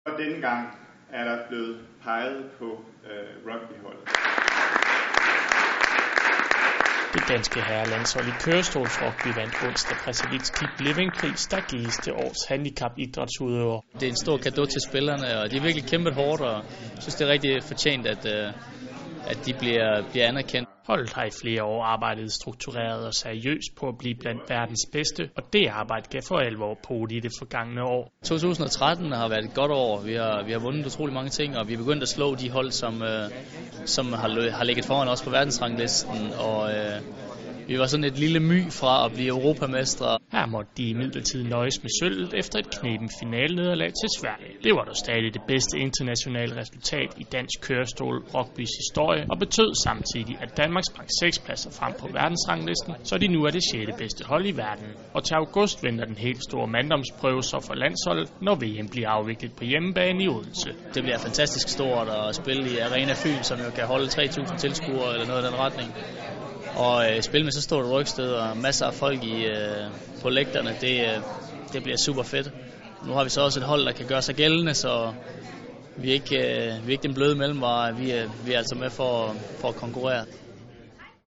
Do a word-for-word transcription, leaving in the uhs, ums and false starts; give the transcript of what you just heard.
Og denne gang er der blevet peget på øh, rugbyholdet. Det danske herrelandshold i kørestolsrugby vandt onsdag Præsidents Keep Living Pris, der gives til års handicap-idrætsudøver. Det er en stor cadeau til spillerne, og de er virkelig kæmpet hårdt, og jeg synes, det er rigtig fortjent, at, at de bliver, bliver anerkendt. Holdet har i flere år arbejdet struktureret og seriøst på at blive blandt verdens bedste, og det arbejde gav for alvor på i det forgangne år. to tusind og tretten har været et godt år. Vi har, vi har vundet utrolig mange ting, og vi er begyndt at slå de hold, som, øh, som har, har ligget foran os på verdensranglisten, og øh, vi var sådan et lille my fra at blive europamestre. Her måtte de imidlertid nøjes med sølvet efter et kneben finale-nederlag til Sverige. Det var dog stadig det bedste internationale resultat i dansk kørestol rugbys historie, og betød samtidig, at Danmark sprang seks pladser frem på verdensranglisten, så de nu er det sjette bedste hold i verden. Og til august venter den helt store manddomsprøve så for landsholdet, når V M bliver afviklet på hjemmebane i Odense. Det bliver fantastisk stort at spille i Arena Fyn, som jo kan holde tre tusind tilskuere eller noget i den retning. Og øh, spille med så stort rygsted og masser af folk i, øh, på lægterne, det, øh, det bliver super fedt. Nu har vi så også et hold, der kan gøre sig gældende, så vi er ikke, øh, vi er ikke den bløde mellemvare. Vi, øh, vi er altså med for, for at konkurrere.